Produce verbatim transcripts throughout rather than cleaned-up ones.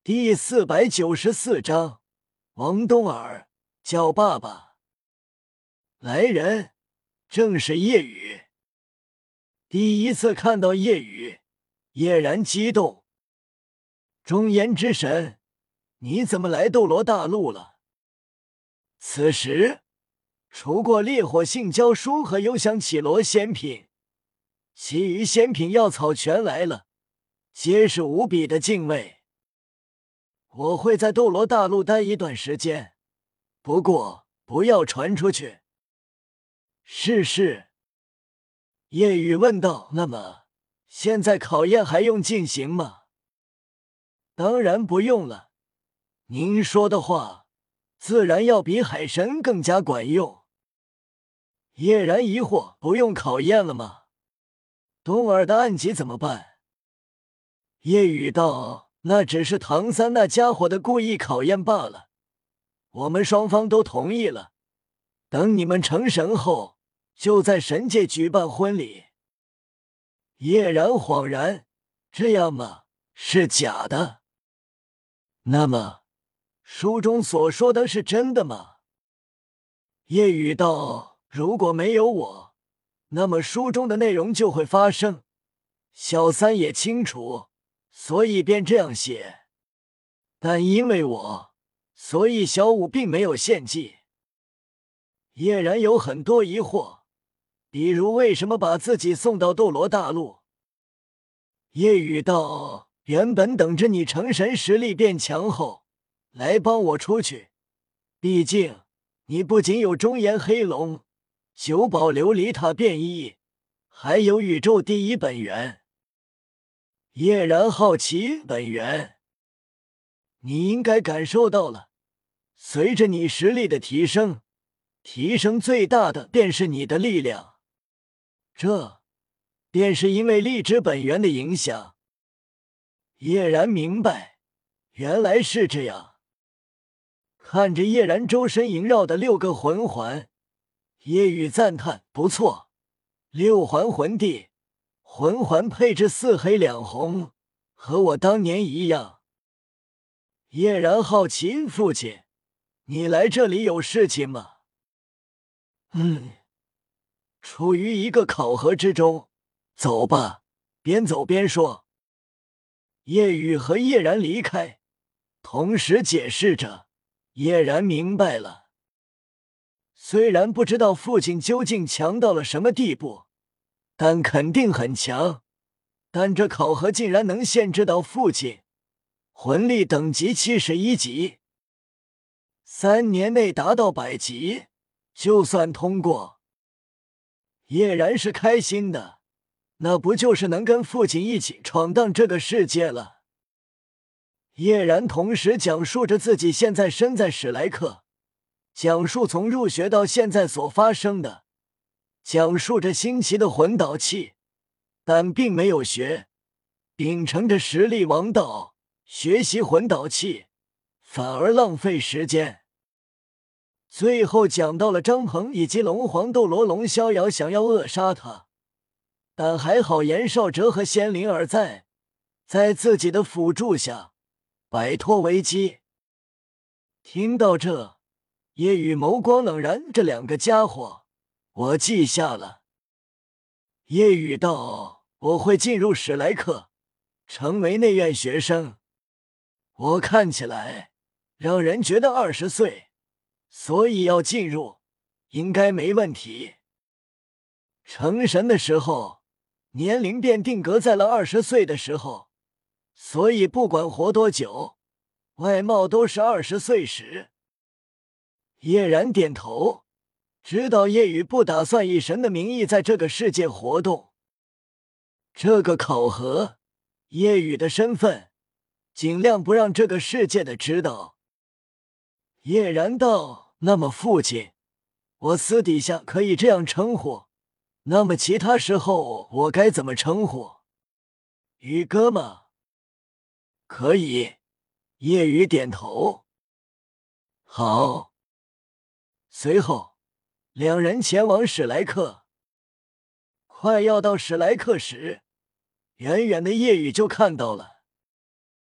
第四百九十四章，王东儿叫爸爸。来人，正是叶雨。第一次看到叶雨，叶然激动。中炎之神，你怎么来斗罗大陆了？此时，除过烈火性胶书和幽香绮罗仙品，其余仙品药草全来了，皆是无比的敬畏。我会在斗罗大陆待一段时间，不过不要传出去。是是。叶雨问道，那么现在考验还用进行吗？当然不用了，您说的话自然要比海神更加管用。叶然疑惑，不用考验了吗？东儿的暗疾怎么办？叶雨道，那只是唐三那家伙的故意考验罢了，我们双方都同意了，等你们成神后就在神界举办婚礼。叶然恍然，这样吗？是假的？那么书中所说的是真的吗？叶雨道，如果没有我，那么书中的内容就会发生，小三也清楚，所以便这样写。但因为我，所以小五并没有献祭。叶然有很多疑惑，比如为什么把自己送到斗罗大陆？叶雨道，原本等着你成神实力变强后来帮我出去，毕竟你不仅有中炎黑龙、九宝琉璃塔变异，还有宇宙第一本源。叶然好奇，本源你应该感受到了，随着你实力的提升，提升最大的便是你的力量，这便是因为力之本源的影响。叶然明白，原来是这样。看着叶然周身萦绕的六个魂环，叶雨赞叹，不错，六环魂帝，魂环配置四黑两红，和我当年一样。叶然好奇，父亲，你来这里有事情吗？嗯，处于一个考核之中，走吧。边走边说。叶雨和叶然离开，同时解释着。叶然明白了，虽然不知道父亲究竟强到了什么地步，但肯定很强。但这考核竟然能限制到父亲，魂力等级七十一级，三年内达到百级，就算通过。叶然是开心的，那不就是能跟父亲一起闯荡这个世界了？叶然同时讲述着自己现在身在史莱克，讲述从入学到现在所发生的，讲述着新奇的魂导器，但并没有学，秉承着实力王道，学习魂导器，反而浪费时间。最后讲到了张鹏以及龙皇斗罗龙逍遥想要扼杀他，但还好严少哲和仙灵儿在，在自己的辅助下摆脱危机。听到这，叶雨眸光冷然，这两个家伙我记下了。叶雨道，我会进入史莱克，成为内院学生。我看起来让人觉得二十岁，所以要进入应该没问题。成神的时候，年龄便定格在了二十岁的时候，所以不管活多久，外貌都是二十岁时。叶然点头，知道叶雨不打算以神的名义在这个世界活动。这个考核，叶雨的身份尽量不让这个世界的知道。叶然道，那么父亲，我私底下可以这样称呼，那么其他时候我该怎么称呼？雨哥吗？可以。叶雨点头。好。随后两人前往史莱克。快要到史莱克时，远远的叶雨就看到了。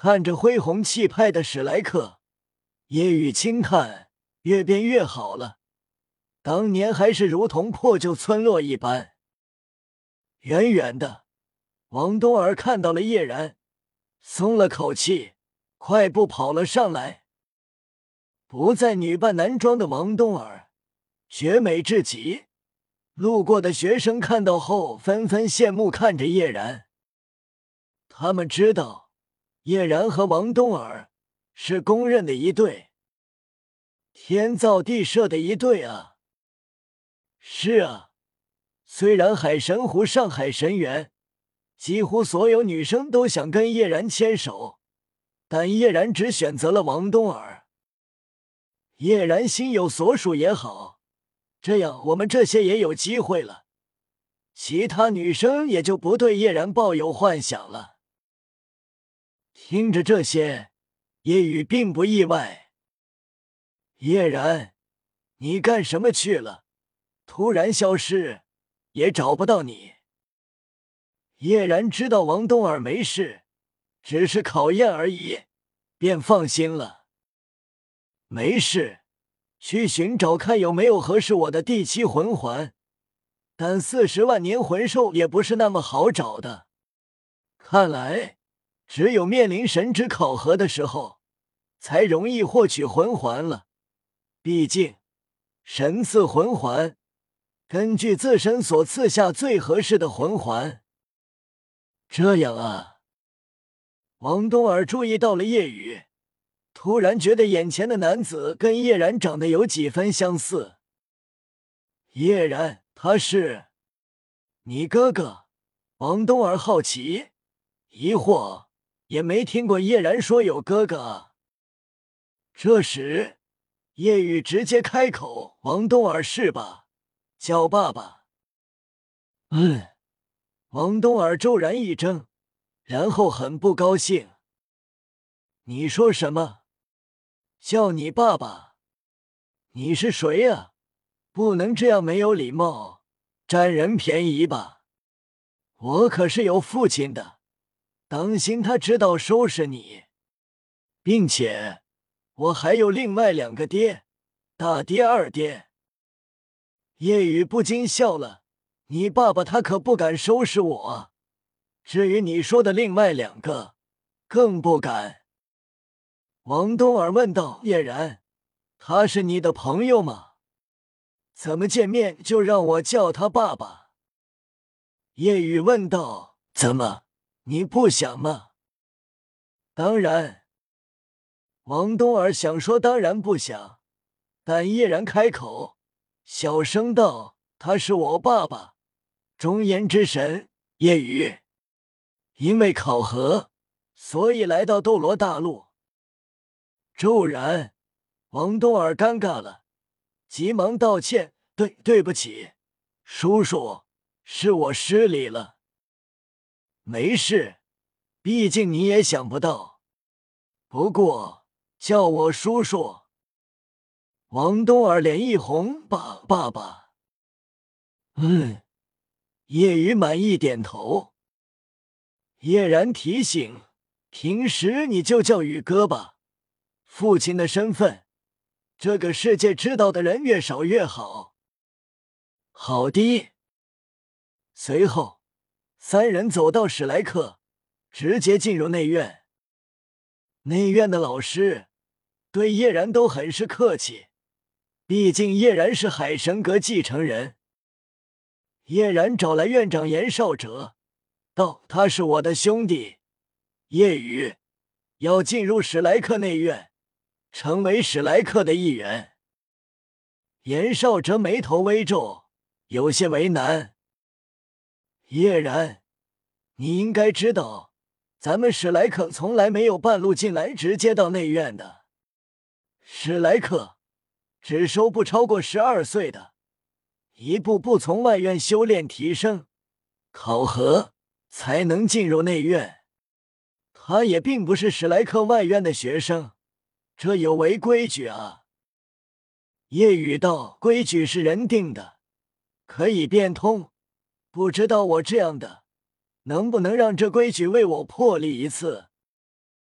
看着恢宏气派的史莱克，叶雨轻叹，越变越好了，当年还是如同破旧村落一般。远远的，王东儿看到了叶然，松了口气，快步跑了上来。不再女扮男装的王东儿，绝美至极。路过的学生看到后纷纷羡慕看着叶然。他们知道叶然和王东儿是公认的一对，天造地设的一对啊。是啊，虽然海神湖上海神园几乎所有女生都想跟叶然牵手，但叶然只选择了王东儿。叶然心有所属也好，这样我们这些也有机会了，其他女生也就不对叶然抱有幻想了。听着这些，叶雨并不意外。叶然，你干什么去了？突然消失，也找不到你。叶然知道王东儿没事，只是考验而已，便放心了。没事，去寻找看有没有合适我的第七魂环，但四十万年魂兽也不是那么好找的。看来只有面临神职考核的时候，才容易获取魂环了。毕竟神赐魂环，根据自身所赐下最合适的魂环。这样啊。王东儿注意到了叶雨，突然觉得眼前的男子跟叶然长得有几分相似。叶然，他是你哥哥？王东儿好奇，疑惑，也没听过叶然说有哥哥啊。这时叶雨直接开口，王东儿是吧？叫爸爸。嗯。王东儿骤然一怔，然后很不高兴。你说什么？叫你爸爸？你是谁啊？不能这样没有礼貌，占人便宜吧？我可是有父亲的，当心他知道收拾你。并且我还有另外两个爹，大爹二爹。叶雨不禁笑了，你爸爸他可不敢收拾我，至于你说的另外两个，更不敢。王东儿问道，叶然，他是你的朋友吗？怎么见面就让我叫他爸爸？叶雨问道，怎么，你不想吗？当然。王东儿想说当然不想，但叶然开口，小声道，他是我爸爸，中炎之神叶雨。因为考核，所以来到斗罗大陆。骤然，王东儿尴尬了，急忙道歉，对对不起，叔叔，是我失礼了。没事，毕竟你也想不到。不过叫我叔叔。王东儿脸一红，爸爸爸。嗯。叶雨满意点头。叶然提醒，平时你就叫雨哥吧，父亲的身份，这个世界知道的人越少越好。好的。随后三人走到史莱克，直接进入内院。内院的老师对叶然都很是客气，毕竟叶然是海神阁继承人。叶然找来院长严少哲，道，他是我的兄弟叶雨，要进入史莱克内院，成为史莱克的一员。严少哲眉头微皱，有些为难。叶然，你应该知道，咱们史莱克从来没有半路进来直接到内院的。史莱克只收不超过十二岁的，一步步从外院修炼提升，考核才能进入内院。他也并不是史莱克外院的学生，这有违规矩啊。叶雨道，规矩是人定的，可以变通，不知道我这样的能不能让这规矩为我破例一次。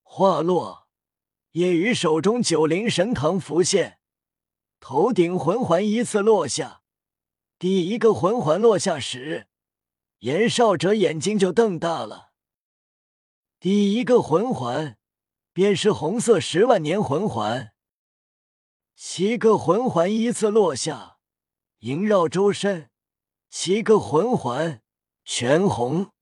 话落，夜雨手中九灵神扛浮现，头顶魂环依次落下。第一个魂环落下时，严少哲眼睛就瞪大了。第一个魂环便是红色十万年魂环。七个魂环依次落下，萦绕周身，七个魂环全红。